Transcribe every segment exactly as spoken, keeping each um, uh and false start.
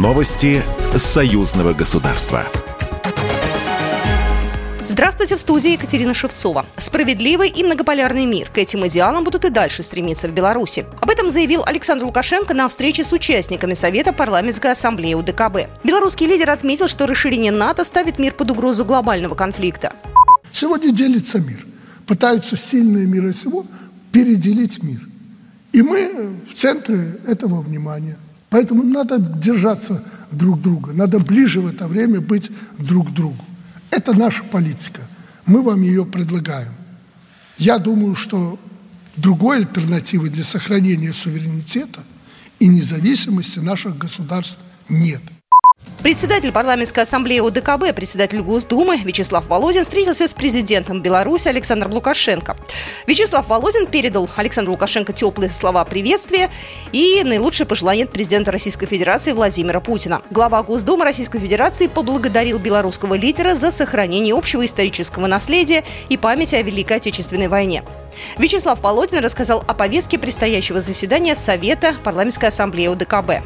Новости союзного государства. Здравствуйте, в студии Екатерина Шевцова. Справедливый и многополярный мир. К этим идеалам будут и дальше стремиться в Беларуси. Об этом заявил Александр Лукашенко на встрече с участниками Совета парламентской ассамблеи УДКБ. Белорусский лидер отметил, что расширение НАТО ставит мир под угрозу глобального конфликта. Сегодня делится мир. Пытаются сильные мира сего переделить мир. И мы в центре этого внимания. Поэтому надо держаться друг друга. Надо ближе в это время быть друг к другу. Это наша политика. Мы вам ее предлагаем. Я думаю, что другой альтернативы для сохранения суверенитета и независимости наших государств нет. Председатель парламентской ассамблеи УДКБ, председатель Госдумы Вячеслав Володин встретился с президентом Беларуси Александром Лукашенко. Вячеслав Володин передал Александру Лукашенко теплые слова приветствия и наилучшие пожелания от президента Российской Федерации Владимира Путина. Глава Госдумы Российской Федерации поблагодарил белорусского лидера за сохранение общего исторического наследия и памяти о Великой Отечественной войне. Вячеслав Володин рассказал о повестке предстоящего заседания Совета парламентской ассамблеи УДКБ.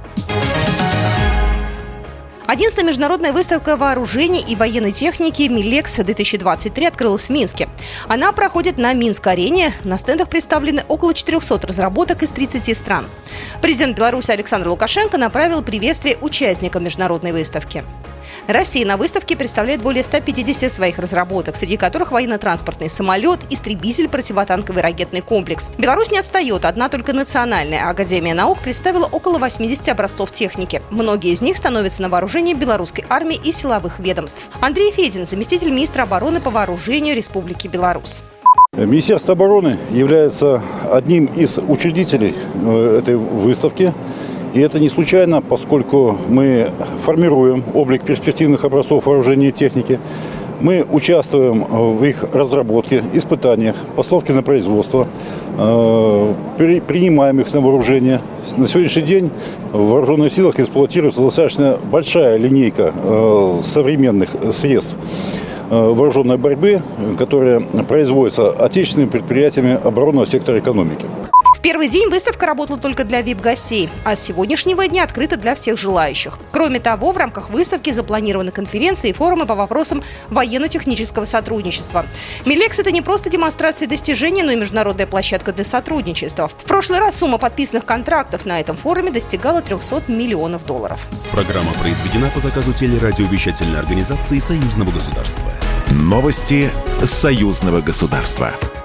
одиннадцатая международная выставка вооружений и военной техники «Милекс-две тысячи двадцать три» открылась в Минске. Она проходит на Минск-арене. На стендах представлены около четырехсот разработок из тридцати стран. Президент Беларуси Александр Лукашенко направил приветствие участникам международной выставки. Россия на выставке представляет более ста пятидесяти своих разработок, среди которых военно-транспортный самолет, истребитель, противотанковый ракетный комплекс. Беларусь не отстает. Одна только Национальная академия наук представила около восьмидесяти образцов техники. Многие из них становятся на вооружении белорусской армии и силовых ведомств. Андрей Федин, заместитель министра обороны по вооружению Республики Беларусь. Министерство обороны является одним из учредителей этой выставки. И это не случайно, поскольку мы формируем облик перспективных образцов вооружения и техники. Мы участвуем в их разработке, испытаниях, постановке на производство, принимаем их на вооружение. На сегодняшний день в вооруженных силах эксплуатируется достаточно большая линейка современных средств вооруженной борьбы, которые производятся отечественными предприятиями оборонного сектора экономики. В первый день выставка работала только для ви ай пи-гостей, а с сегодняшнего дня открыта для всех желающих. Кроме того, в рамках выставки запланированы конференции и форумы по вопросам военно-технического сотрудничества. «Милекс» — это не просто демонстрация достижений, но и международная площадка для сотрудничества. В прошлый раз сумма подписанных контрактов на этом форуме достигала трехсот миллионов долларов. Программа произведена по заказу телерадиовещательной организации Союзного государства. Новости союзного государства.